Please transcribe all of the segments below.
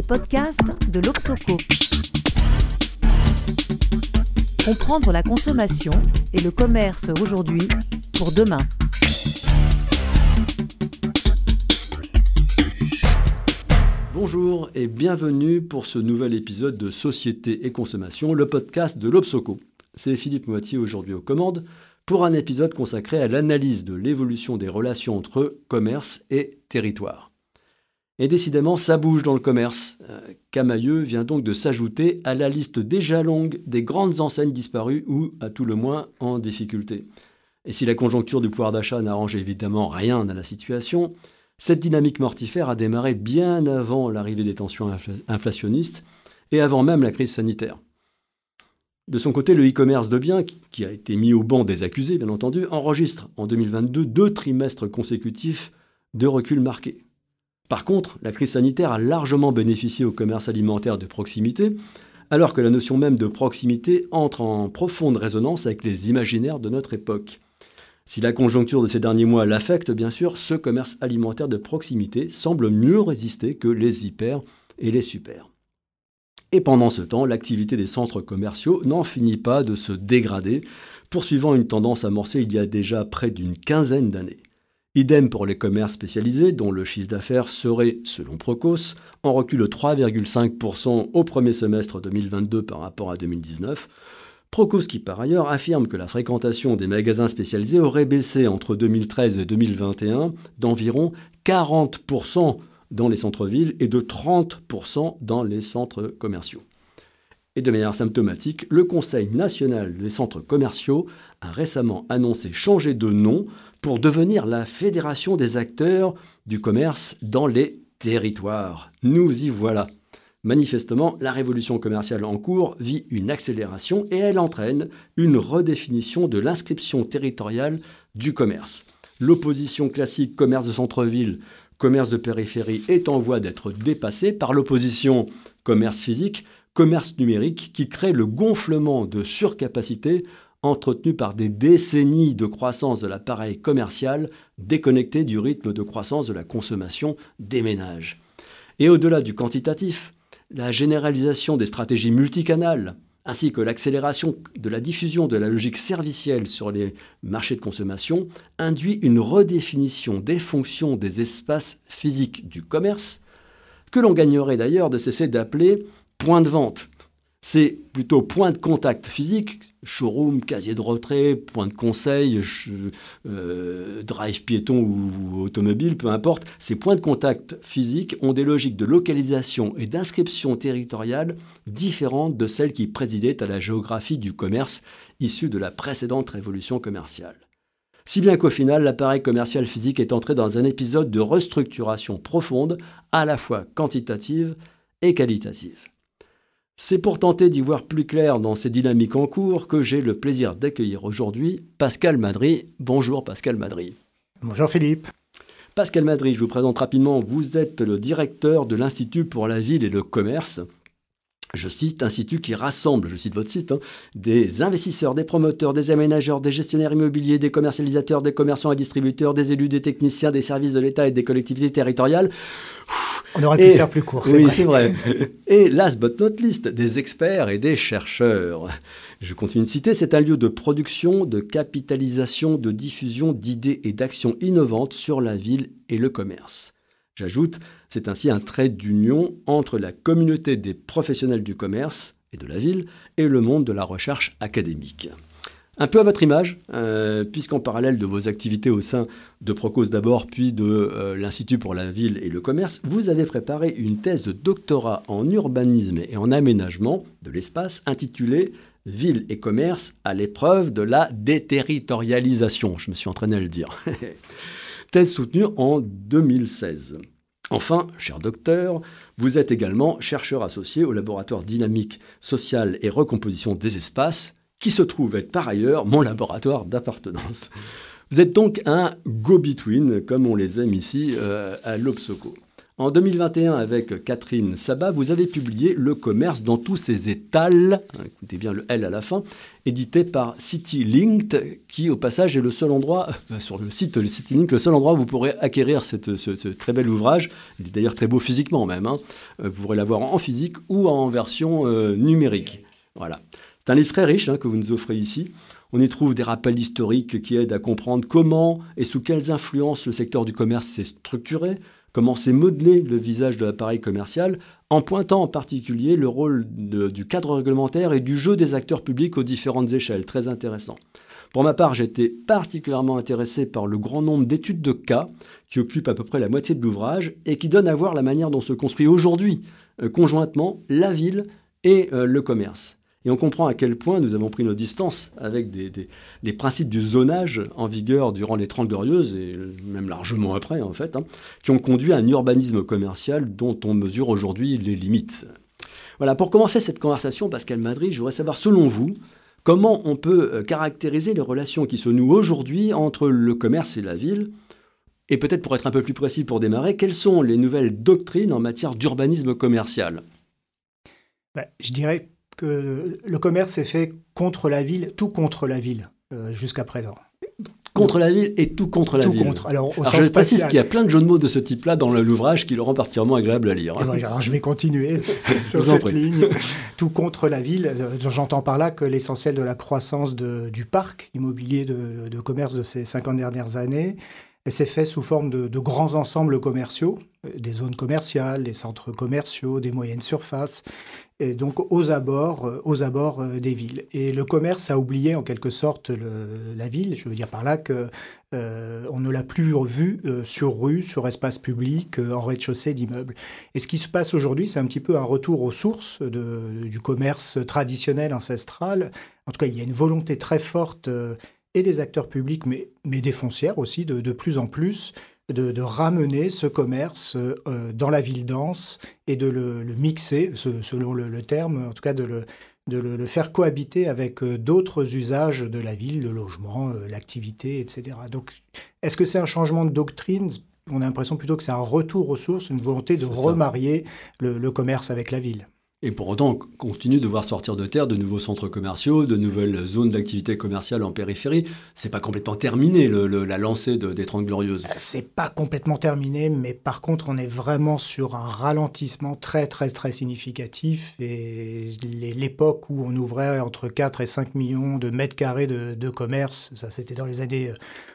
podcasts de l'Obsoco. Comprendre la consommation et le commerce aujourd'hui pour demain. Bonjour et bienvenue pour ce nouvel épisode de Société et Consommation, le podcast de l'Obsoco. C'est Philippe Moitié aujourd'hui aux commandes pour un épisode consacré à l'analyse de l'évolution des relations entre commerce et territoire. Et décidément, ça bouge dans le commerce. Camaïeu vient donc de s'ajouter à la liste déjà longue des grandes enseignes disparues ou, à tout le moins, en difficulté. Et si la conjoncture du pouvoir d'achat n'arrange évidemment rien à la situation, cette dynamique mortifère a démarré bien avant l'arrivée des tensions inflationnistes et avant même la crise sanitaire. De son côté, le e-commerce de biens, qui a été mis au banc des accusés, bien entendu, enregistre en 2022 2 trimestres consécutifs de recul marqué. Par contre, la crise sanitaire a largement bénéficié au commerce alimentaire de proximité, alors que la notion même de proximité entre en profonde résonance avec les imaginaires de notre époque. Si la conjoncture de ces derniers mois l'affecte, bien sûr, ce commerce alimentaire de proximité semble mieux résister que les hyper et les super. Et pendant ce temps, l'activité des centres commerciaux n'en finit pas de se dégrader, poursuivant une tendance amorcée il y a déjà près d'une quinzaine d'années. Idem pour les commerces spécialisés, dont le chiffre d'affaires serait, selon Procos, en recul de 3,5% au premier semestre 2022 par rapport à 2019. Procos qui, par ailleurs, affirme que la fréquentation des magasins spécialisés aurait baissé entre 2013 et 2021 d'environ 40% dans les centres-villes et de 30% dans les centres commerciaux. Et de manière symptomatique, le Conseil national des centres commerciaux a récemment annoncé changer de nom pour devenir la Fédération des acteurs du commerce dans les territoires. Nous y voilà. Manifestement, la révolution commerciale en cours vit une accélération et elle entraîne une redéfinition de l'inscription territoriale du commerce. L'opposition classique commerce de centre-ville, commerce de périphérie est en voie d'être dépassée par l'opposition commerce physique, commerce numérique qui crée le gonflement de surcapacité entretenu par des décennies de croissance de l'appareil commercial déconnecté du rythme de croissance de la consommation des ménages. Et au-delà du quantitatif, la généralisation des stratégies multicanales, ainsi que l'accélération de la diffusion de la logique servicielle sur les marchés de consommation, induit une redéfinition des fonctions des espaces physiques du commerce, que l'on gagnerait d'ailleurs de cesser d'appeler point de vente. C'est plutôt point de contact physique, showroom, casier de retrait, point de conseil, drive piéton ou automobile, peu importe. Ces points de contact physiques ont des logiques de localisation et d'inscription territoriale différentes de celles qui présidaient à la géographie du commerce issue de la précédente révolution commerciale. Si bien qu'au final, l'appareil commercial physique est entré dans un épisode de restructuration profonde, à la fois quantitative et qualitative. C'est pour tenter d'y voir plus clair dans ces dynamiques en cours que j'ai le plaisir d'accueillir aujourd'hui Pascal Madry. Bonjour Pascal Madry. Bonjour Philippe. Pascal Madry, je vous présente rapidement, vous êtes le directeur de l'Institut pour la ville et le commerce. Je cite, institut qui rassemble, je cite votre site, des investisseurs, des promoteurs, des aménageurs, des gestionnaires immobiliers, des commercialisateurs, des commerçants et distributeurs, des élus, des techniciens, des services de l'État et des collectivités territoriales. On aurait pu faire plus court, c'est oui, vrai. C'est vrai. Et last but not least, des experts et des chercheurs. Je continue de citer, c'est un lieu de production, de capitalisation, de diffusion d'idées et d'actions innovantes sur la ville et le commerce. J'ajoute, c'est ainsi un trait d'union entre la communauté des professionnels du commerce et de la ville et le monde de la recherche académique. Un peu à votre image, puisqu'en parallèle de vos activités au sein de Procos d'abord, puis de l'Institut pour la ville et le commerce, vous avez préparé une thèse de doctorat en urbanisme et en aménagement de l'espace intitulée « Ville et commerce à l'épreuve de la déterritorialisation ». Je me suis entraîné à le dire. Thèse soutenue en 2016. Enfin, cher docteur, vous êtes également chercheur associé au laboratoire dynamique sociale et recomposition des espaces, qui se trouve être par ailleurs mon laboratoire d'appartenance. Vous êtes donc un go-between, comme on les aime ici à l'Obsoco. En 2021, avec Catherine Sabat, vous avez publié Le commerce dans tous ses étals, écoutez bien le L à la fin, édité par CityLinked, qui au passage est le seul endroit, sur le site CityLinked, le seul endroit où vous pourrez acquérir ce très bel ouvrage. Il est d'ailleurs très beau physiquement même. Vous pourrez l'avoir en physique ou en version numérique. Voilà. C'est un livre très riche que vous nous offrez ici. On y trouve des rappels historiques qui aident à comprendre comment et sous quelles influences le secteur du commerce s'est structuré, comment s'est modelé le visage de l'appareil commercial, en pointant en particulier le rôle du cadre réglementaire et du jeu des acteurs publics aux différentes échelles. Très intéressant. Pour ma part, j'ai été particulièrement intéressé par le grand nombre d'études de cas qui occupent à peu près la moitié de l'ouvrage et qui donnent à voir la manière dont se construit aujourd'hui, conjointement, la ville et le commerce. Et on comprend à quel point nous avons pris nos distances avec les principes du zonage en vigueur durant les 30 Glorieuses, et même largement après en fait, qui ont conduit à un urbanisme commercial dont on mesure aujourd'hui les limites. Voilà, pour commencer cette conversation, Pascal Madry, je voudrais savoir, selon vous, comment on peut caractériser les relations qui se nouent aujourd'hui entre le commerce et la ville ? Et peut-être pour être un peu plus précis pour démarrer, quelles sont les nouvelles doctrines en matière d'urbanisme commercial ? Je dirais que le commerce est fait contre la ville, tout contre la ville, jusqu'à présent. Contre la ville et tout contre la ville. Contre. Alors je précise qu'il y a plein de jeux de mots de ce type-là dans l'ouvrage qui le rend particulièrement agréable à lire. Alors je vais continuer sur cette ligne. Tout contre la ville. J'entends par là que l'essentiel de la croissance du parc immobilier de commerce de ces 50 dernières années s'est fait sous forme de grands ensembles commerciaux, des zones commerciales, des centres commerciaux, des moyennes surfaces, et donc aux abords des villes. Et le commerce a oublié en quelque sorte la ville. Je veux dire par là que on ne l'a plus vu sur rue, sur espace public, en rez-de-chaussée d'immeubles. Et ce qui se passe aujourd'hui, c'est un petit peu un retour aux sources du commerce traditionnel, ancestral. En tout cas, il y a une volonté très forte et des acteurs publics, mais des foncières aussi, de plus en plus, de ramener ce commerce dans la ville dense et de le mixer, selon le terme, en tout cas de le faire cohabiter avec d'autres usages de la ville, le logement, l'activité, etc. Donc, est-ce que c'est un changement de doctrine ? On a l'impression plutôt que c'est un retour aux sources, une volonté de remarier le commerce avec la ville. Et pour autant, on continue de voir sortir de terre de nouveaux centres commerciaux, de nouvelles zones d'activité commerciale en périphérie. C'est pas complètement terminé, la lancée des 30 Glorieuses. C'est pas complètement terminé, mais par contre, on est vraiment sur un ralentissement très, très, très significatif. Et l'époque où on ouvrait entre 4 et 5 millions de mètres carrés de commerce, ça c'était dans les années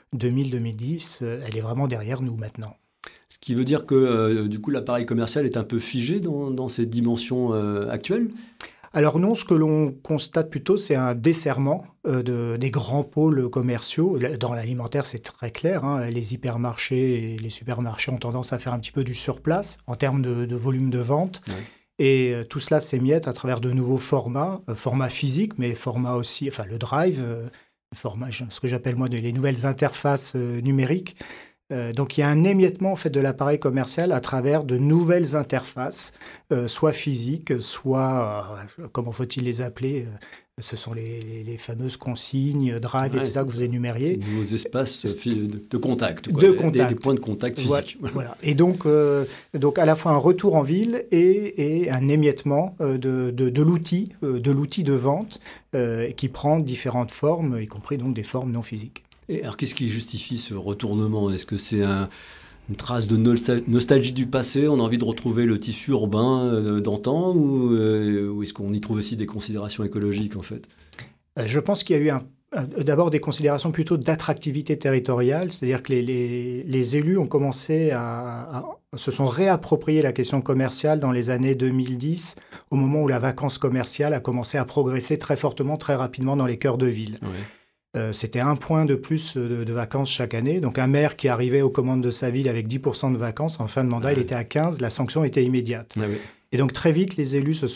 2000-2010, elle est vraiment derrière nous maintenant. Ce qui veut dire que, du coup, l'appareil commercial est un peu figé dans ses dimensions actuelles ? Alors non, ce que l'on constate plutôt, c'est un desserrement des grands pôles commerciaux. Dans l'alimentaire, c'est très clair. Les hypermarchés et les supermarchés ont tendance à faire un petit peu du surplace en termes de volume de vente. Ouais. Et tout cela s'émiette à travers de nouveaux formats physiques, mais formats aussi, enfin le drive, ce que j'appelle moi les nouvelles interfaces numériques. Donc il y a un émiettement en fait, de l'appareil commercial à travers de nouvelles interfaces, soit physiques, soit, comment faut-il les appeler ce sont les fameuses consignes, drive, etc. que vous énumériez. De nouveaux espaces de contact. De contact. Des points de contact physiques. Voilà. Et donc à la fois un retour en ville et un émiettement de l'outil de vente qui prend différentes formes, y compris donc des formes non physiques. Et alors, qu'est-ce qui justifie ce retournement ? Est-ce que c'est une trace de nostalgie du passé ? On a envie de retrouver le tissu urbain d'antan ou est-ce qu'on y trouve aussi des considérations écologiques, en fait ? Je pense qu'il y a eu d'abord des considérations plutôt d'attractivité territoriale, c'est-à-dire que les élus ont commencé se sont réappropriés la question commerciale dans les années 2010, au moment où la vacance commerciale a commencé à progresser très fortement, très rapidement dans les cœurs de ville. Ouais. C'était 1 point de plus de vacances chaque année. Donc un maire qui arrivait aux commandes de sa ville avec 10% de vacances, en fin de mandat, il était à 15%, la sanction était immédiate. Oui. Et donc très vite, les élus se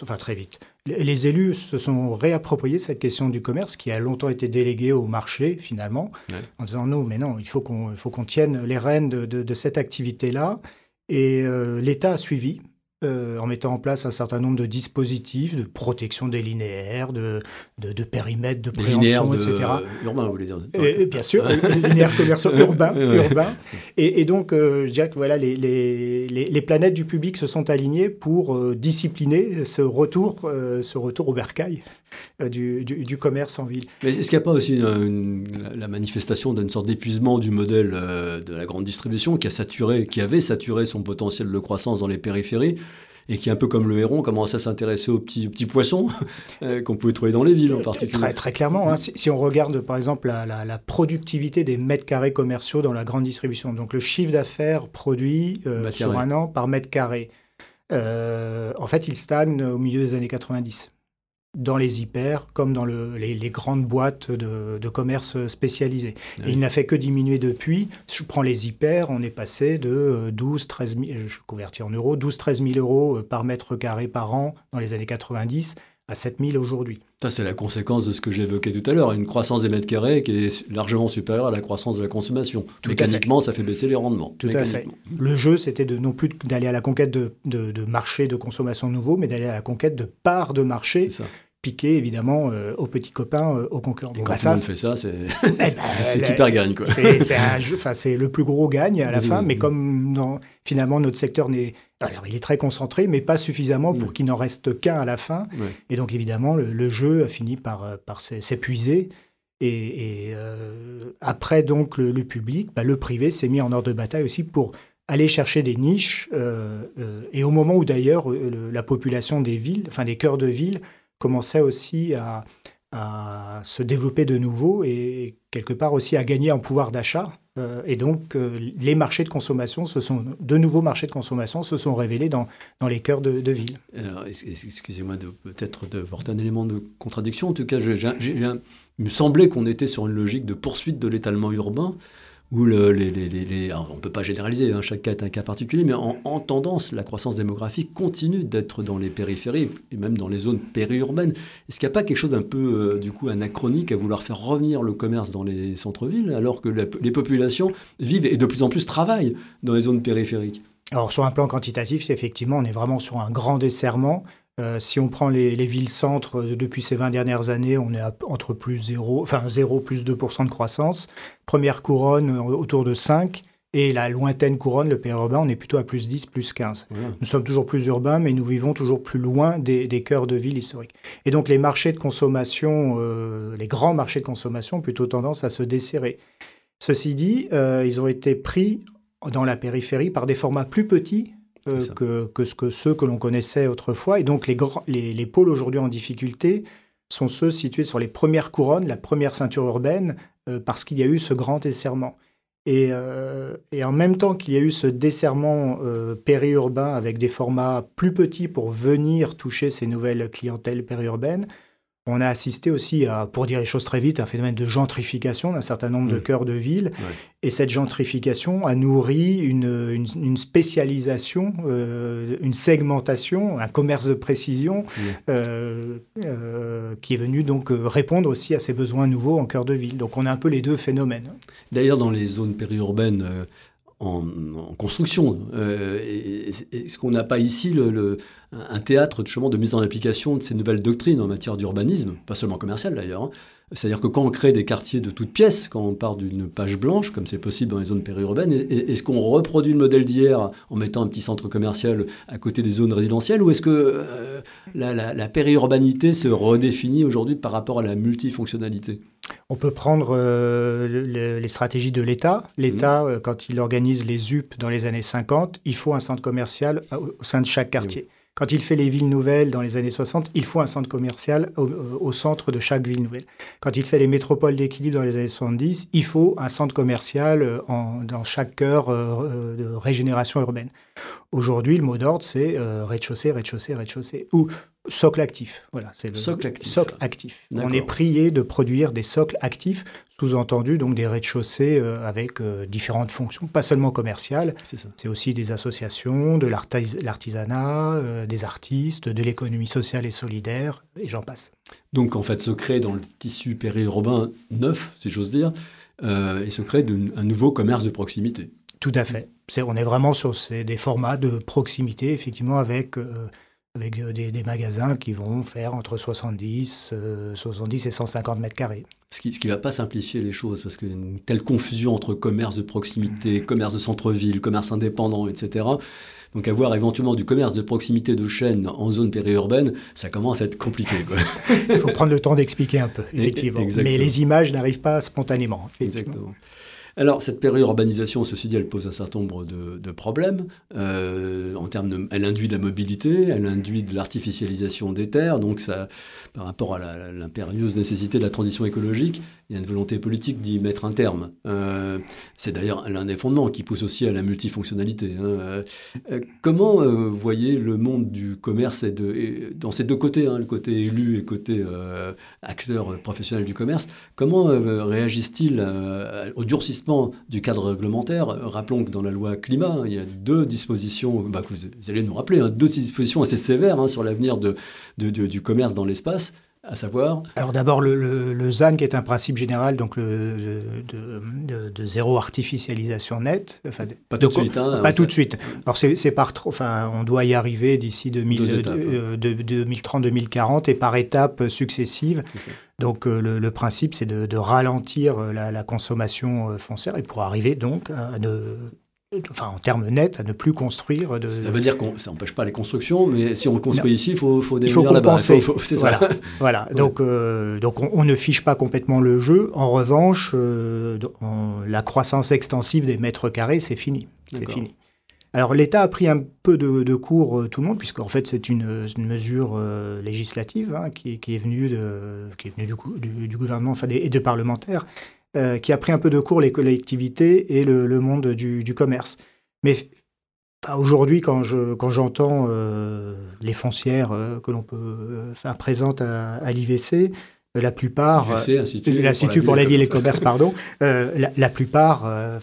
sont réappropriés cette question du commerce qui a longtemps été déléguée au marché, finalement, en disant non, il faut qu'on tienne les rênes de cette activité-là. Et l'État a suivi. en mettant en place un certain nombre de dispositifs de protection des linéaires, de périmètres, de préemption, etc. Urbains, vous voulez dire. Bien sûr, linéaires commerciaux urbains. Et donc, je dirais que voilà, les planètes du public se sont alignées pour discipliner ce retour au bercail du commerce en ville. Mais est-ce qu'il n'y a pas aussi la manifestation d'une sorte d'épuisement du modèle de la grande distribution qui avait saturé son potentiel de croissance dans les périphéries et qui, un peu comme le héron, commence à s'intéresser aux petits poissons qu'on pouvait trouver dans les villes en particulier. Très, très clairement. Hein. Si on regarde par exemple la productivité des mètres carrés commerciaux dans la grande distribution, donc le chiffre d'affaires produit sur un an par mètre carré, en fait il stagne au milieu des années 90. Dans les hyper, comme dans les grandes boîtes de commerce spécialisées. Oui. Et il n'a fait que diminuer depuis. Je prends les hyper, on est passé de 12-13 000, je convertis en euros, 12-13 000 euros par mètre carré par an dans les années 90 à 7 000 aujourd'hui. Ça, c'est la conséquence de ce que j'évoquais tout à l'heure, une croissance des mètres carrés qui est largement supérieure à la croissance de la consommation. Mécaniquement, ça fait baisser les rendements. Tout à fait. Le jeu, c'était non plus d'aller à la conquête de marchés de consommation nouveaux, mais d'aller à la conquête de parts de marché. Piqué évidemment aux petits copains, aux concurrents. Et quand tout le monde fait ça, c'est hyper gagne, quoi. C'est un jeu, c'est le plus gros gagne à la fin, mais comme finalement notre secteur il est très concentré, mais pas suffisamment pour qu'il n'en reste qu'un à la fin. Ouais. Et donc évidemment, le jeu a fini par s'épuiser. Et après donc le public, le privé s'est mis en ordre de bataille aussi pour aller chercher des niches. Et au moment où d'ailleurs la population des villes, enfin des cœurs de ville, commençait aussi à se développer de nouveau et quelque part aussi à gagner en pouvoir d'achat. Et donc, les marchés de consommation, de nouveaux marchés de consommation se sont révélés dans les cœurs de ville. Alors, excusez-moi peut-être de porter un élément de contradiction. En tout cas, il me semblait qu'on était sur une logique de poursuite de l'étalement urbain où alors on ne peut pas généraliser, hein, chaque cas est un cas particulier, mais en tendance, la croissance démographique continue d'être dans les périphéries et même dans les zones périurbaines. Est-ce qu'il n'y a pas quelque chose d'un peu du coup anachronique à vouloir faire revenir le commerce dans les centres-villes alors que les populations vivent et de plus en plus travaillent dans les zones périphériques ? Alors sur un plan quantitatif, effectivement, on est vraiment sur un grand desserrement. Si on prend les villes-centres, depuis ces 20 dernières années, on est entre plus 0, plus 2% de croissance. Première couronne, autour de 5. Et la lointaine couronne, le périurbain, on est plutôt à plus 10, plus 15. Ouais. Nous sommes toujours plus urbains, mais nous vivons toujours plus loin des cœurs de ville historiques. Et donc les marchés de consommation, les grands marchés de consommation ont plutôt tendance à se desserrer. Ceci dit, ils ont été pris dans la périphérie par des formats plus petits, que ceux que l'on connaissait autrefois. Et donc, les pôles aujourd'hui en difficulté sont ceux situés sur les premières couronnes, la première ceinture urbaine, parce qu'il y a eu ce grand desserrement. Et en même temps qu'il y a eu ce desserrement périurbain avec des formats plus petits pour venir toucher ces nouvelles clientèles périurbaines, on a assisté aussi à, pour dire les choses très vite, un phénomène de gentrification d'un certain nombre de cœurs de ville. Ouais. Et cette gentrification a nourri une spécialisation, une segmentation, un commerce de précision qui est venu donc répondre aussi à ces besoins nouveaux en cœur de ville. Donc on a un peu les deux phénomènes. D'ailleurs, dans les zones périurbaines en construction, est-ce qu'on n'a pas ici un théâtre de mise en application de ces nouvelles doctrines en matière d'urbanisme, pas seulement commercial d'ailleurs, hein. C'est-à-dire que quand on crée des quartiers de toutes pièces, quand on part d'une page blanche, comme c'est possible dans les zones périurbaines, est-ce qu'on reproduit le modèle d'hier en mettant un petit centre commercial à côté des zones résidentielles, ou est-ce que la périurbanité se redéfinit aujourd'hui par rapport à la multifonctionnalité ? On peut prendre les stratégies de l'État. L'État, quand il organise les UP dans les années 50, il faut un centre commercial au sein de chaque quartier. Quand il fait les villes nouvelles dans les années 60, il faut un centre commercial au centre de chaque ville nouvelle. Quand il fait les métropoles d'équilibre dans les années 70, il faut un centre commercial dans chaque cœur de régénération urbaine. Aujourd'hui, le mot d'ordre, c'est rez-de-chaussée, rez-de-chaussée, rez-de-chaussée. Ou socle actif. Voilà, c'est le socle actif. Socle actif. On est prié de produire des socles actifs, sous-entendu donc des rez-de-chaussée avec différentes fonctions, pas seulement commerciales. C'est aussi des associations, de l'artisanat, des artistes, de l'économie sociale et solidaire, et j'en passe. Donc en fait, se crée dans le tissu périurbain neuf, si j'ose dire, et se crée un nouveau commerce de proximité. Tout à fait. On est vraiment sur des formats de proximité, effectivement, avec des magasins qui vont faire entre 70 et 150 mètres carrés. Ce qui ne va pas simplifier les choses, parce qu'il y a une telle confusion entre commerce de proximité, commerce de centre-ville, commerce indépendant, etc. Donc avoir éventuellement du commerce de proximité de chaîne en zone périurbaine, ça commence à être compliqué, quoi. Il faut prendre le temps d'expliquer un peu, effectivement. Exactement. Mais les images n'arrivent pas spontanément. Exactement. Alors, cette périurbanisation, ceci dit, elle pose un certain nombre de problèmes. Elle induit de la mobilité, elle induit de l'artificialisation des terres. Donc, ça, par rapport à l'impérieuse nécessité de la transition écologique, il y a une volonté politique d'y mettre un terme. C'est d'ailleurs l'un des fondements qui pousse aussi à la multifonctionnalité. Comment voyez le monde du commerce dans ces deux côtés, le côté élu et le côté acteur professionnel du commerce, comment réagissent-ils au durcissement du cadre réglementaire? Rappelons que dans la loi climat, il y a deux dispositions, que vous allez nous rappeler, deux dispositions assez sévères sur l'avenir du commerce dans l'espace, à savoir... Alors d'abord, le ZAN, qui est un principe général, donc de zéro artificialisation nette. Pas tout de suite. Pas tout de suite. Alors c'est par trop. Enfin, on doit y arriver d'ici 2030-2040 et par étapes successives. Donc le principe, c'est de ralentir la consommation foncière et pour arriver donc en termes nets, à ne plus construire. Ça veut dire que ça n'empêche pas les constructions, mais si on construit ici, il faut compenser. C'est voilà. ça. Voilà. Ouais. Donc on ne fiche pas complètement le jeu. En revanche, la croissance extensive des mètres carrés, c'est fini. C'est fini. Alors l'État a pris un peu de cours tout le monde, puisqu'en fait c'est une mesure législative qui est venue du gouvernement et de parlementaires, qui a pris un peu de cours les collectivités et le monde du commerce. Mais aujourd'hui, quand j'entends les foncières que l'on peut présentes à l'IVC, la plupart, l'Institut pour la ville et le commerce, pardon, la plupart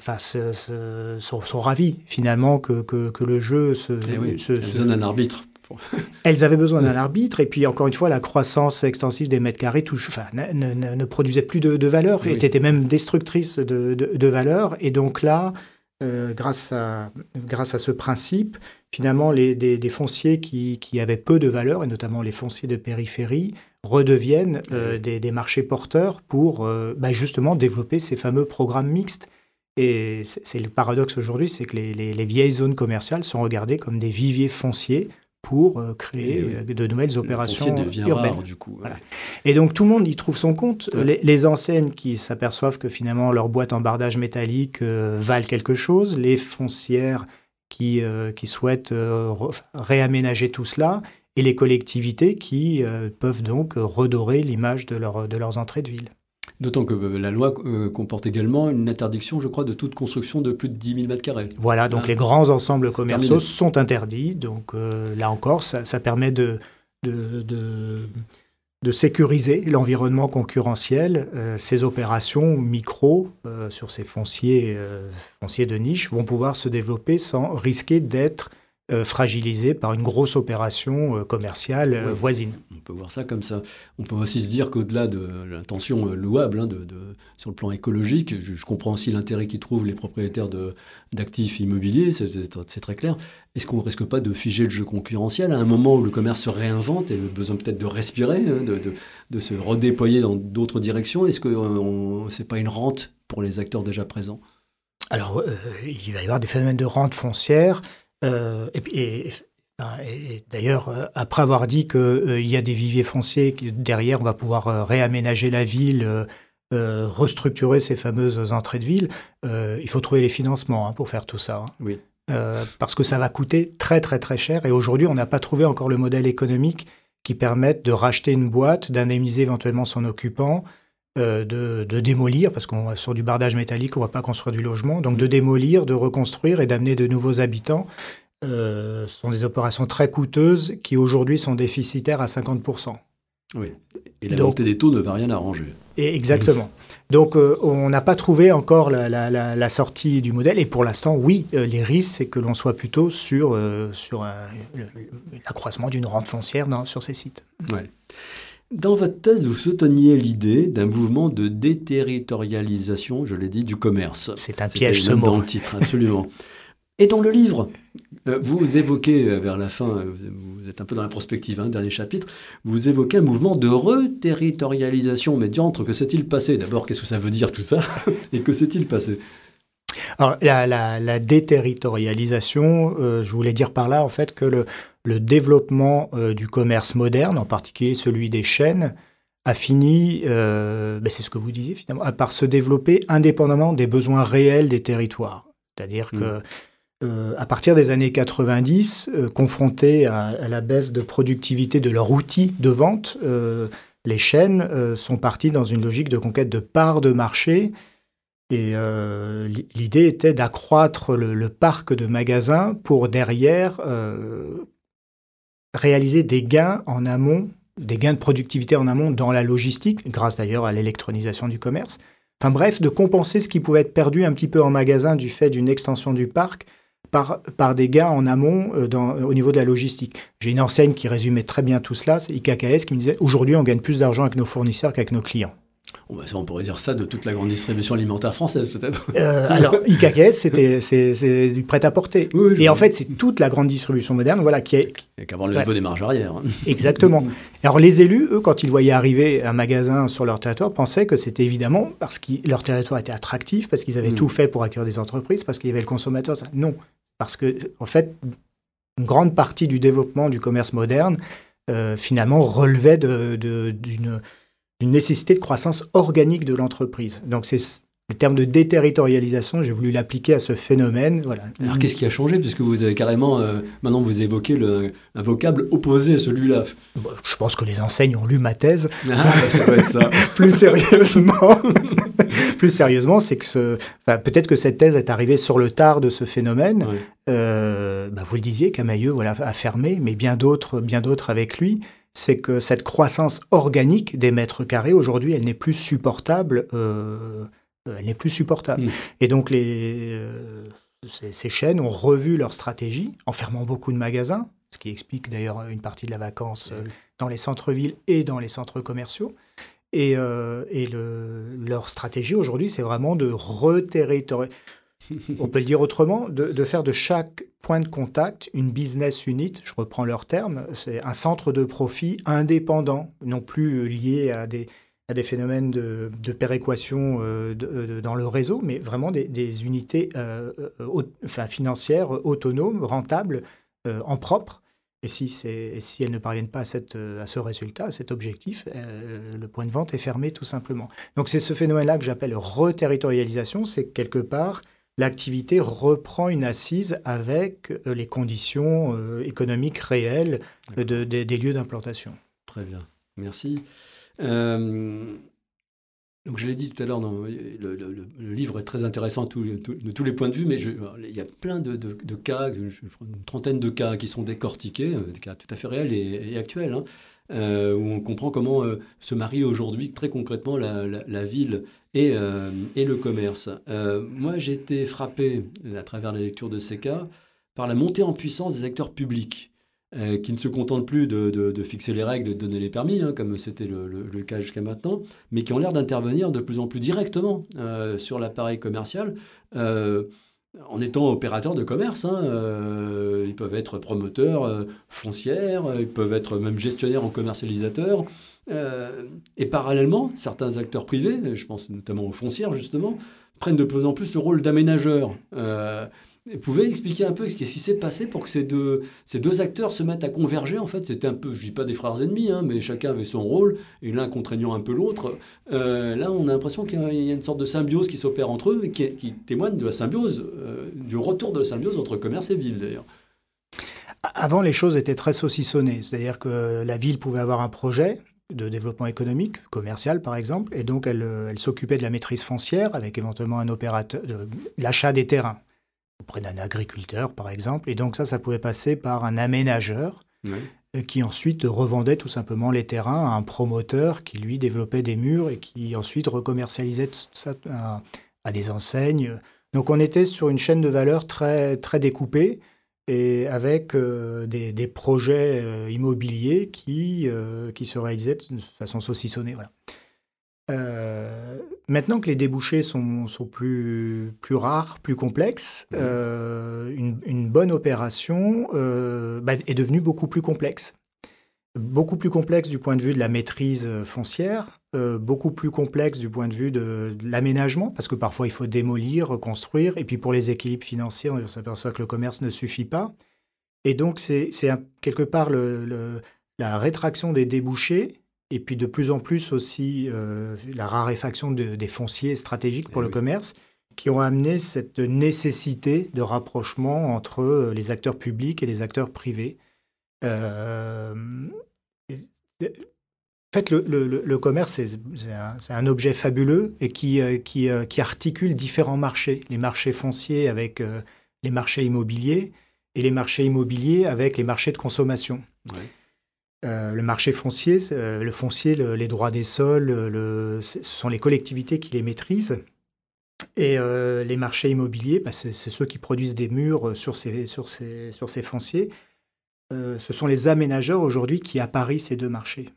sont ravis finalement que le jeu se donne un arbitre. Elles avaient besoin d'un arbitre, et puis encore une fois, la croissance extensive des mètres carrés ne produisait plus de valeur, était même destructrice de valeur. Et donc là, grâce à ce principe, finalement, des fonciers qui avaient peu de valeur, et notamment les fonciers de périphérie, redeviennent des marchés porteurs pour justement développer ces fameux programmes mixtes. Et c'est le paradoxe aujourd'hui, c'est que les vieilles zones commerciales sont regardées comme des viviers fonciers pour créer de nouvelles opérations urbaines. Rare, du coup. Voilà. Et donc tout le monde y trouve son compte. Les enseignes qui s'aperçoivent que finalement leurs boîtes en bardage métallique valent quelque chose, les foncières qui souhaitent réaménager tout cela, et les collectivités qui peuvent donc redorer l'image de leurs entrées de ville. D'autant que la loi comporte également une interdiction, je crois, de toute construction de plus de 10 000 m². Voilà, donc les grands ensembles commerciaux sont interdits. Donc là encore, ça permet de sécuriser l'environnement concurrentiel. Ces opérations micro sur ces fonciers de niche vont pouvoir se développer sans risquer d'être fragilisés par une grosse opération commerciale voisine. On peut voir ça comme ça. On peut aussi se dire qu'au-delà de l'intention louable sur le plan écologique, je comprends aussi l'intérêt qu'y trouvent les propriétaires d'actifs immobiliers, c'est très clair. Est-ce qu'on ne risque pas de figer le jeu concurrentiel à un moment où le commerce se réinvente et a besoin peut-être de respirer, de se redéployer dans d'autres directions? Est-ce que ce n'est pas une rente pour les acteurs déjà présents? Alors, il va y avoir des phénomènes de rente foncière. Et d'ailleurs, après avoir dit qu'il y a des viviers fonciers, derrière on va pouvoir réaménager la ville, restructurer ces fameuses entrées de ville, il faut trouver les financements pour faire tout ça. Oui. Parce que ça va coûter très très très cher, et aujourd'hui on n'a pas trouvé encore le modèle économique qui permette de racheter une boîte, d'indemniser éventuellement son occupant, de démolir, parce qu'on sur du bardage métallique, on ne va pas construire du logement, donc de démolir, de reconstruire et d'amener de nouveaux habitants. Ce sont des opérations très coûteuses qui aujourd'hui sont déficitaires à 50%. Oui, et la montée des taux ne va rien arranger. Exactement. Donc on n'a pas trouvé encore la sortie du modèle, et pour l'instant, oui, les risques, c'est que l'on soit plutôt sur l'accroissement d'une rente foncière sur ces sites. Ouais. Dans votre thèse, vous souteniez l'idée d'un mouvement de déterritorialisation, je l'ai dit, du commerce. C'est un piège, ce mot. Dans le titre, absolument. Et dans le livre, vous évoquez, vers la fin, vous êtes un peu dans la prospective, dernier chapitre, vous évoquez un mouvement de reterritorialisation. Mais diantre, que s'est-il passé? D'abord, qu'est-ce que ça veut dire tout ça? Et que s'est-il passé? Alors, la déterritorialisation, je voulais dire par là, en fait, que le développement du commerce moderne, en particulier celui des chaînes, a fini, c'est ce que vous disiez finalement, par se développer indépendamment des besoins réels des territoires. C'est-à-dire que à partir des années 90, confrontés à la baisse de productivité de leur outil de vente, les chaînes sont parties dans une logique de conquête de parts de marché. Et l'idée était d'accroître le parc de magasins pour derrière réaliser des gains en amont, des gains de productivité en amont dans la logistique, grâce d'ailleurs à l'électronisation du commerce. Enfin bref, de compenser ce qui pouvait être perdu un petit peu en magasin du fait d'une extension du parc par des gains en amont au niveau de la logistique. J'ai une enseigne qui résumait très bien tout cela, c'est IKKS, qui me disait « Aujourd'hui, on gagne plus d'argent avec nos fournisseurs qu'avec nos clients ». On pourrait dire ça de toute la grande distribution alimentaire française, peut-être. Alors, IKKS, c'est du prêt-à-porter. Oui, et en fait, c'est toute la grande distribution moderne qui est... Et qu'avoir le niveau des marges arrière. Exactement. Alors, les élus, eux, quand ils voyaient arriver un magasin sur leur territoire, pensaient que c'était évidemment parce que leur territoire était attractif, parce qu'ils avaient tout fait pour accueillir des entreprises, parce qu'il y avait le consommateur. Ça. Non, parce que, en fait, une grande partie du développement du commerce moderne, finalement, relevait d'une nécessité de croissance organique de l'entreprise. Donc, c'est le terme de déterritorialisation, j'ai voulu l'appliquer à ce phénomène. Voilà. Alors, qu'est-ce qui a changé? Puisque vous avez carrément, maintenant, vous évoquez un vocable opposé à celui-là. Bon, je pense que les enseignes ont lu ma thèse. Ça doit être ça. Plus sérieusement, c'est que peut-être que cette thèse est arrivée sur le tard de ce phénomène. Ouais. Vous le disiez, Camaïeu a fermé, mais bien d'autres avec lui. C'est que cette croissance organique des mètres carrés, aujourd'hui, elle n'est plus supportable. Et donc, ces chaînes ont revu leur stratégie en fermant beaucoup de magasins, ce qui explique d'ailleurs une partie de la vacance dans les centres-villes et dans les centres commerciaux. Et leur stratégie aujourd'hui, c'est vraiment de reterritorialiser. On peut le dire autrement, de faire de chaque point de contact une business unit, je reprends leur terme, c'est un centre de profit indépendant, non plus lié à des phénomènes de péréquation dans le réseau, mais vraiment des unités financières autonomes, rentables, en propre. Et si elles ne parviennent pas à ce résultat, à cet objectif, le point de vente est fermé tout simplement. Donc c'est ce phénomène-là que j'appelle reterritorialisation, c'est que quelque part, l'activité reprend une assise avec les conditions économiques réelles des lieux d'implantation. Très bien, merci. Donc je l'ai dit tout à l'heure, le livre est très intéressant de tous les points de vue, mais il y a plein de cas, une trentaine de cas qui sont décortiqués, des cas tout à fait réels et actuels, où on comprend comment se marient aujourd'hui très concrètement la ville et le commerce. Moi, j'ai été frappé, à travers la lecture de ces cas, par la montée en puissance des acteurs publics, qui ne se contentent plus de fixer les règles, de donner les permis, comme c'était le cas jusqu'à maintenant, mais qui ont l'air d'intervenir de plus en plus directement sur l'appareil commercial, en étant opérateurs de commerce. Ils peuvent être promoteurs foncières, ils peuvent être même gestionnaires ou commercialisateurs. Et parallèlement, certains acteurs privés, je pense notamment aux foncières justement, prennent de plus en plus le rôle d'aménageurs. Vous pouvez expliquer un peu ce qui s'est passé pour que ces deux acteurs se mettent à converger? En fait, c'était un peu, je ne dis pas des frères ennemis, mais chacun avait son rôle, et l'un contraignant un peu l'autre. Là, on a l'impression qu'il y a une sorte de symbiose qui s'opère entre eux, et qui témoigne de la symbiose, du retour de la symbiose entre commerce et ville, d'ailleurs. Avant, les choses étaient très saucissonnées. C'est-à-dire que la ville pouvait avoir un projet de développement économique, commercial par exemple, et donc elle s'occupait de la maîtrise foncière, avec éventuellement un opérateur, l'achat des terrains auprès d'un agriculteur, par exemple. Et donc ça pouvait passer par un aménageur qui ensuite revendait tout simplement les terrains à un promoteur qui, lui, développait des murs et qui ensuite recommercialisait ça à des enseignes. Donc on était sur une chaîne de valeur très, très découpée et avec des projets immobiliers qui se réalisaient de façon saucissonnée. Voilà. Maintenant que les débouchés sont plus rares, plus complexes, une bonne opération est devenue beaucoup plus complexe. Beaucoup plus complexe du point de vue de la maîtrise foncière, beaucoup plus complexe du point de vue de l'aménagement, parce que parfois il faut démolir, reconstruire, et puis pour les équilibres financiers, on s'aperçoit que le commerce ne suffit pas. Et donc c'est quelque part la rétraction des débouchés, et puis de plus en plus aussi la raréfaction des fonciers stratégiques pour le commerce, qui ont amené cette nécessité de rapprochement entre les acteurs publics et les acteurs privés. En fait, le commerce, c'est un objet fabuleux et qui articule différents marchés. Les marchés fonciers avec les marchés immobiliers et les marchés immobiliers avec les marchés de consommation. Ouais. Le marché foncier, les droits des sols, ce sont les collectivités qui les maîtrisent. Et les marchés immobiliers, c'est ceux qui produisent des murs sur ces fonciers. Ce sont les aménageurs aujourd'hui qui apparient ces deux marchés.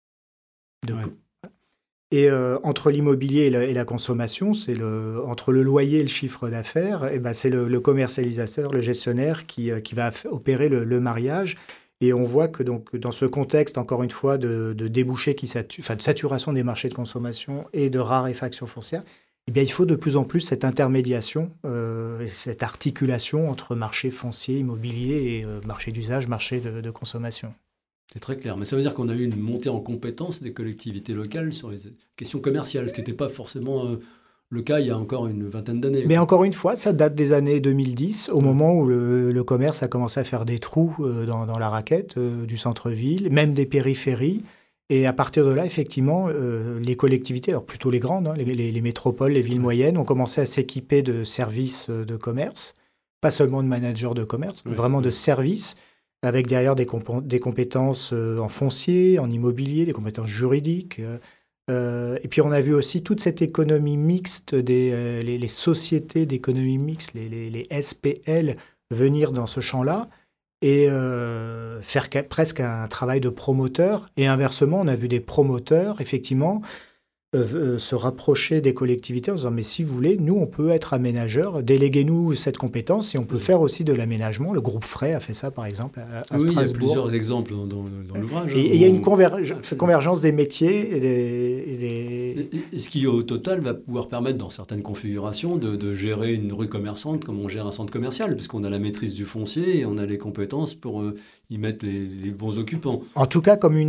Et entre l'immobilier et la consommation, entre le loyer et le chiffre d'affaires, c'est le commercialisateur, le gestionnaire qui va opérer le mariage. Et on voit que donc, dans ce contexte, encore une fois, de débouchés de saturation des marchés de consommation et de raréfaction foncière, il faut de plus en plus cette intermédiation, cette articulation entre marché foncier, immobilier et marché d'usage, marché de consommation. C'est très clair. Mais ça veut dire qu'on a eu une montée en compétence des collectivités locales sur les questions commerciales, ce qui n'était pas forcément le cas il y a encore une vingtaine d'années. Mais encore une fois, ça date des années 2010, au moment où le commerce a commencé à faire des trous dans la raquette du centre-ville, même des périphéries. Et à partir de là, effectivement, les collectivités, alors plutôt les grandes, les métropoles, les villes moyennes, ont commencé à s'équiper de services de commerce, pas seulement de managers de commerce, mais vraiment de services, avec derrière des compétences en foncier, en immobilier, des compétences juridiques. Et puis on a vu aussi toute cette économie mixte, les sociétés d'économie mixte, les SPL, venir dans ce champ-là et faire presque un travail de promoteur. Et inversement, on a vu des promoteurs, effectivement, se rapprocher des collectivités en disant « mais si vous voulez, nous, on peut être aménageurs, déléguez-nous cette compétence et on peut faire aussi de l'aménagement ». Le groupe Frey a fait ça, par exemple, à Strasbourg. Il y a plusieurs exemples dans l'ouvrage. Et il y a une convergence des métiers et ce qui, au total, va pouvoir permettre, dans certaines configurations, de gérer une rue commerçante comme on gère un centre commercial, puisqu'on a la maîtrise du foncier et on a les compétences pour y mettre les bons occupants. En tout cas, comme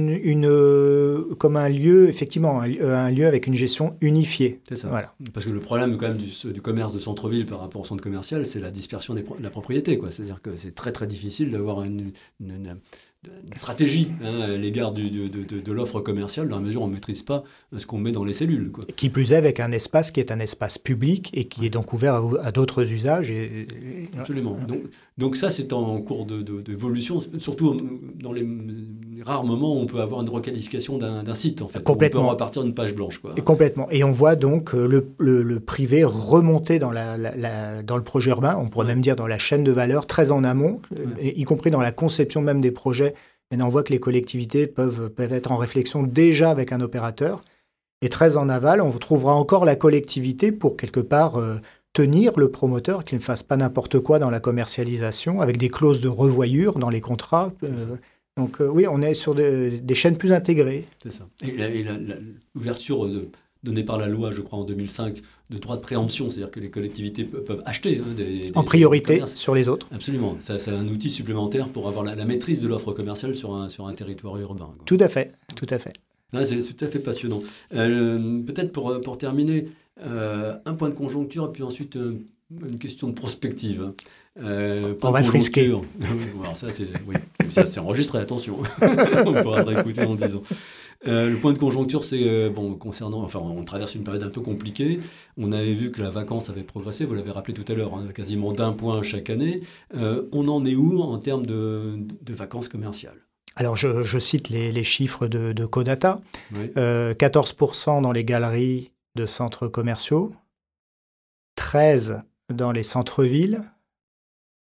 un lieu, effectivement, un lieu avec une gestion unifiée. C'est ça. Voilà. Parce que le problème quand même du commerce de centre-ville par rapport au centre commercial, c'est la dispersion de la propriété, quoi. C'est-à-dire que c'est très très difficile d'avoir une stratégie à l'égard de l'offre commerciale dans la mesure où on ne maîtrise pas ce qu'on met dans les cellules, quoi. Qui plus est avec un espace qui est un espace public et qui est donc ouvert à d'autres usages. Absolument. Donc ça, c'est en cours d'évolution, surtout dans les rares moments où on peut avoir une requalification d'un site, en fait. Complètement. On peut repartir d'une page blanche, quoi. Et complètement. Et on voit donc le privé remonter dans le projet urbain, on pourrait même dire dans la chaîne de valeur, très en amont, y compris dans la conception même des projets. Et on voit que les collectivités peuvent être en réflexion déjà avec un opérateur. Et très en aval, on trouvera encore la collectivité pour quelque part tenir le promoteur, qu'il ne fasse pas n'importe quoi dans la commercialisation, avec des clauses de revoyure dans les contrats. Donc oui, on est sur des chaînes plus intégrées. C'est ça. Et l'ouverture donnée par la loi, je crois, en 2005, de droit de préemption, c'est-à-dire que les collectivités peuvent acheter en priorité sur les autres. Absolument. C'est un outil supplémentaire pour avoir la maîtrise de l'offre commerciale sur un territoire urbain, quoi. Tout à fait, tout à fait. Là, c'est tout à fait passionnant. Peut-être pour terminer, un point de conjoncture et puis ensuite une question de prospective. On va se risquer. Alors ça, c'est enregistré, attention. On pourra le réécouter en 10 ans. Le point de conjoncture, c'est on traverse une période un peu compliquée. On avait vu que la vacance avait progressé, vous l'avez rappelé tout à l'heure, quasiment d'1 point chaque année. On en est où en termes de vacances commerciales ? Alors, je cite les chiffres de Codata. Oui. 14% dans les galeries de centres commerciaux, 13% dans les centres-villes,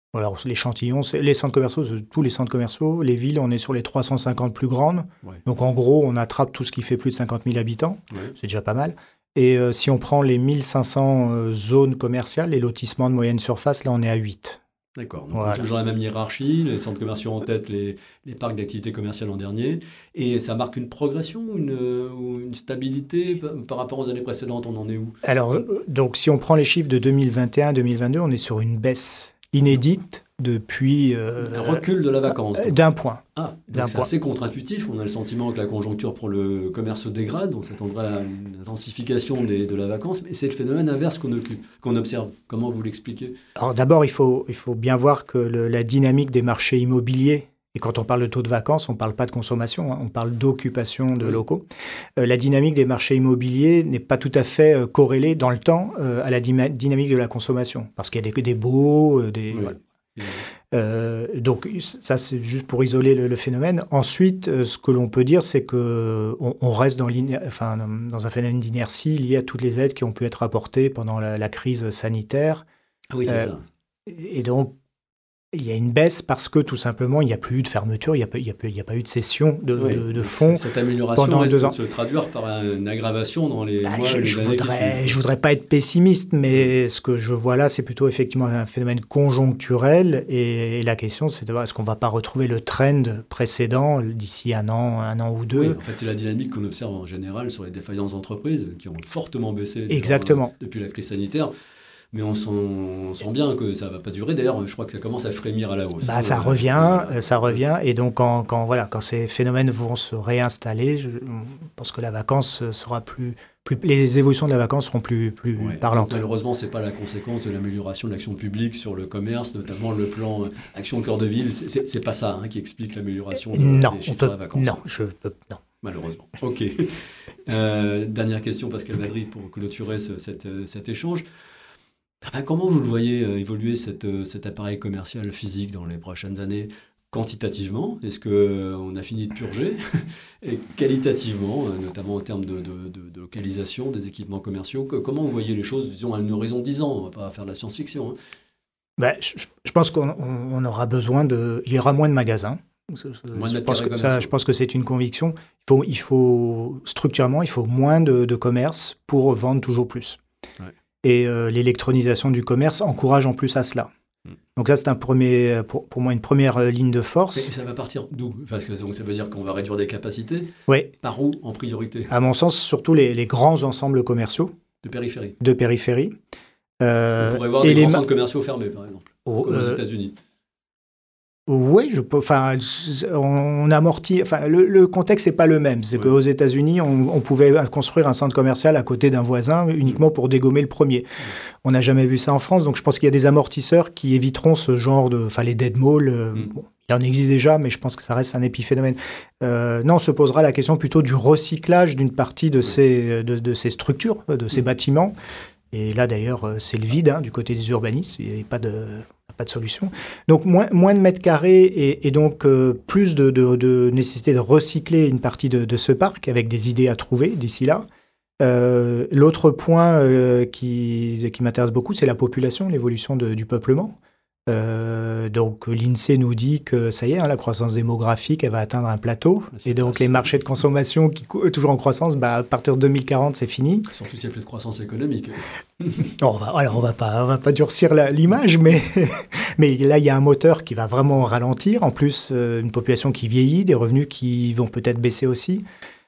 Alors, l'échantillon, c'est les centres commerciaux, tous les centres commerciaux. Les villes, on est sur les 350 plus grandes. Ouais. Donc, en gros, on attrape tout ce qui fait plus de 50 000 habitants. Ouais. C'est déjà pas mal. Et si on prend les 1500 zones commerciales, les lotissements de moyenne surface, là, on est à 8. D'accord. Donc, voilà. On a toujours la même hiérarchie, les centres commerciaux en tête, les parcs d'activités commerciales en dernier. Et ça marque une progression ou une stabilité par rapport aux années précédentes? On en est où? Alors, donc, si on prend les chiffres de 2021-2022, on est sur une baisse inédite depuis... un recul de la vacance. D'un point. Ah, donc c'est assez contre-intuitif. On a le sentiment que la conjoncture pour le commerce se dégrade. On s'attendrait à une intensification de la vacance. Mais c'est le phénomène inverse qu'on observe. Comment vous l'expliquez? Alors d'abord, il faut bien voir que la dynamique des marchés immobiliers, et quand on parle de taux de vacances, on ne parle pas de consommation, hein, on parle d'occupation de locaux. La dynamique des marchés immobiliers n'est pas tout à fait corrélée dans le temps à la dynamique de la consommation. Parce qu'il y a des baux, voilà. Donc ça, c'est juste pour isoler le phénomène. Ensuite, ce que l'on peut dire, c'est qu'on reste dans un phénomène d'inertie lié à toutes les aides qui ont pu être apportées pendant la crise sanitaire. Ah oui, c'est ça. Et donc, il y a une baisse parce que tout simplement, il n'y a plus eu de fermeture, il n'y a pas eu de cession de fonds. Cette amélioration pendant 2 ans. Se traduire par une aggravation dans les mois, les années qui suivent. Je ne voudrais pas être pessimiste, mais ce que je vois là, c'est plutôt effectivement un phénomène conjoncturel. Et la question, c'est de voir est-ce qu'on ne va pas retrouver le trend précédent d'ici un an ou deux. Oui, en fait, c'est la dynamique qu'on observe en général sur les défaillances d'entreprises qui ont fortement baissé depuis la crise sanitaire. Mais on sent bien que ça ne va pas durer. D'ailleurs, je crois que ça commence à frémir à la hausse. Ça revient. Et donc, quand ces phénomènes vont se réinstaller, je pense que la vacance sera les évolutions de la vacance seront plus parlantes. Malheureusement, ce n'est pas la conséquence de l'amélioration de l'action publique sur le commerce, notamment le plan Action Cœur de Ville. Ce n'est pas ça qui explique l'amélioration des chiffres de la vacance. Non. Malheureusement. OK. Dernière question, Pascal Madry, pour clôturer cet échange. Comment vous le voyez évoluer cet appareil commercial physique dans les prochaines années? Quantitativement, est-ce qu'on a fini de purger? Et qualitativement, notamment en termes de localisation des équipements commerciaux, comment vous voyez les choses, disons, à un horizon de 10 ans? On ne va pas faire de la science-fiction. Je pense qu'on aura besoin il y aura moins de magasins. Je pense que c'est une conviction. Structurellement, il faut moins de commerce pour vendre toujours plus. Ouais. Et l'électronisation du commerce encourage en plus à cela. Donc ça, c'est pour moi une première ligne de force. Et ça va partir d'où? Parce que donc, ça veut dire qu'on va réduire des capacités. Oui. Par où en priorité? À mon sens, surtout les grands ensembles commerciaux. De périphérie. On pourrait voir des grands centres commerciaux fermés, par exemple, comme aux États-Unis. Oui, on amortit. Le contexte n'est pas le même. C'est qu'aux États-Unis, on pouvait construire un centre commercial à côté d'un voisin uniquement pour dégommer le premier. On n'a jamais vu ça en France, donc je pense qu'il y a des amortisseurs qui éviteront ce genre les dead malls. Il en existe déjà, mais je pense que ça reste un épiphénomène. Non, on se posera la question plutôt du recyclage d'une partie de ces structures, de ces bâtiments. Et là, d'ailleurs, c'est le vide du côté des urbanistes. Il n'y a pas de solution. Donc, moins de mètres carrés et donc plus de nécessité de recycler une partie de ce parc avec des idées à trouver d'ici là. L'autre point qui m'intéresse beaucoup, c'est la population, l'évolution du peuplement. Donc l'INSEE nous dit que ça y est, la croissance démographique, elle va atteindre un plateau. Et donc les marchés de consommation qui toujours en croissance, à partir de 2040, c'est fini. Surtout s'il n'y a plus de croissance économique. On va pas durcir l'image, mais là il y a un moteur qui va vraiment ralentir. En plus, une population qui vieillit, des revenus qui vont peut-être baisser aussi.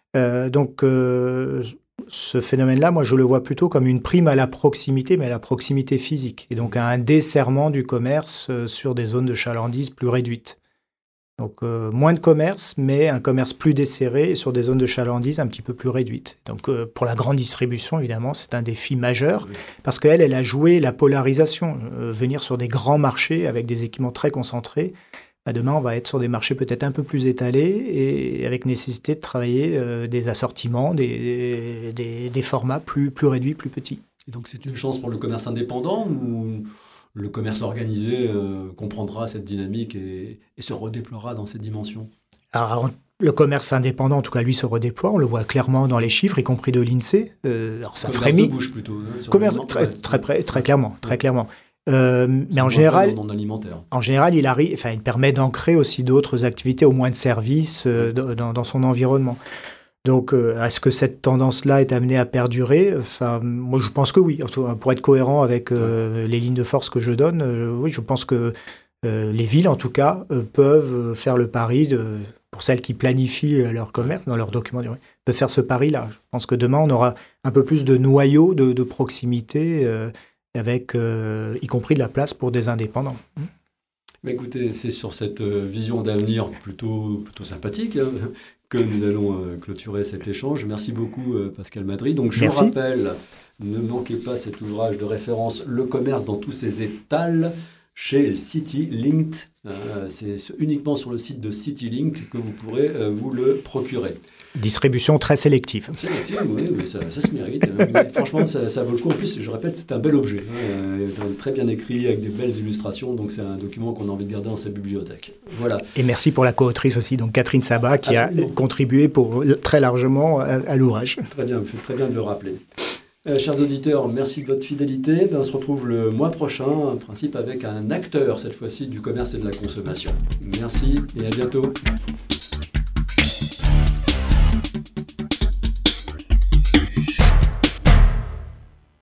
Ce phénomène-là, moi, je le vois plutôt comme une prime à la proximité, mais à la proximité physique, et donc à un desserrement du commerce sur des zones de chalandise plus réduites. Donc, moins de commerce, mais un commerce plus desserré sur des zones de chalandise un petit peu plus réduites. Donc, pour la grande distribution, évidemment, c'est un défi majeur, parce qu'elle a joué la polarisation, venir sur des grands marchés avec des équipements très concentrés. Demain, on va être sur des marchés peut-être un peu plus étalés et avec nécessité de travailler des assortiments, des formats plus réduits, plus petits. Et donc, c'est une chance pour le commerce indépendant ou le commerce organisé comprendra cette dynamique et se redéploiera dans cette dimension? Alors, le commerce indépendant, en tout cas, lui, se redéploie. On le voit clairement dans les chiffres, y compris de l'INSEE. Alors, ça frémit. Commerce de bouche plutôt. Commerce, très clairement. Mais en général, non alimentaire. En général, il permet d'ancrer aussi d'autres activités, au moins de services, dans son environnement. Donc, est-ce que cette tendance-là est amenée à perdurer ? Moi, je pense que oui. Pour être cohérent avec les lignes de force que je donne, oui, je pense que les villes, en tout cas, peuvent faire le pari, pour celles qui planifient leur commerce, dans leurs documents, peuvent faire ce pari-là. Je pense que demain, on aura un peu plus de noyaux de proximité, avec y compris de la place pour des indépendants. Mais écoutez, c'est sur cette vision d'avenir plutôt sympathique que nous allons clôturer cet échange. Merci beaucoup Pascal Madry. Donc je rappelle, ne manquez pas cet ouvrage de référence, Le commerce dans tous ses étals, chez CityLinked. C'est uniquement sur le site de CityLinked que vous pourrez vous le procurer. Distribution très sélective. Sélective, oui, mais ça se mérite. Mais franchement, ça vaut le coup. En plus, je répète, c'est un bel objet. Très bien écrit, avec des belles illustrations. Donc, c'est un document qu'on a envie de garder dans sa bibliothèque. Voilà. Et merci pour la co-autrice aussi, donc Catherine Sabat, qui a contribué très largement à l'ouvrage. Très bien, vous faites très bien de le rappeler. Chers auditeurs, merci de votre fidélité. On se retrouve le mois prochain, en principe avec un acteur, cette fois-ci, du commerce et de la consommation. Merci et à bientôt.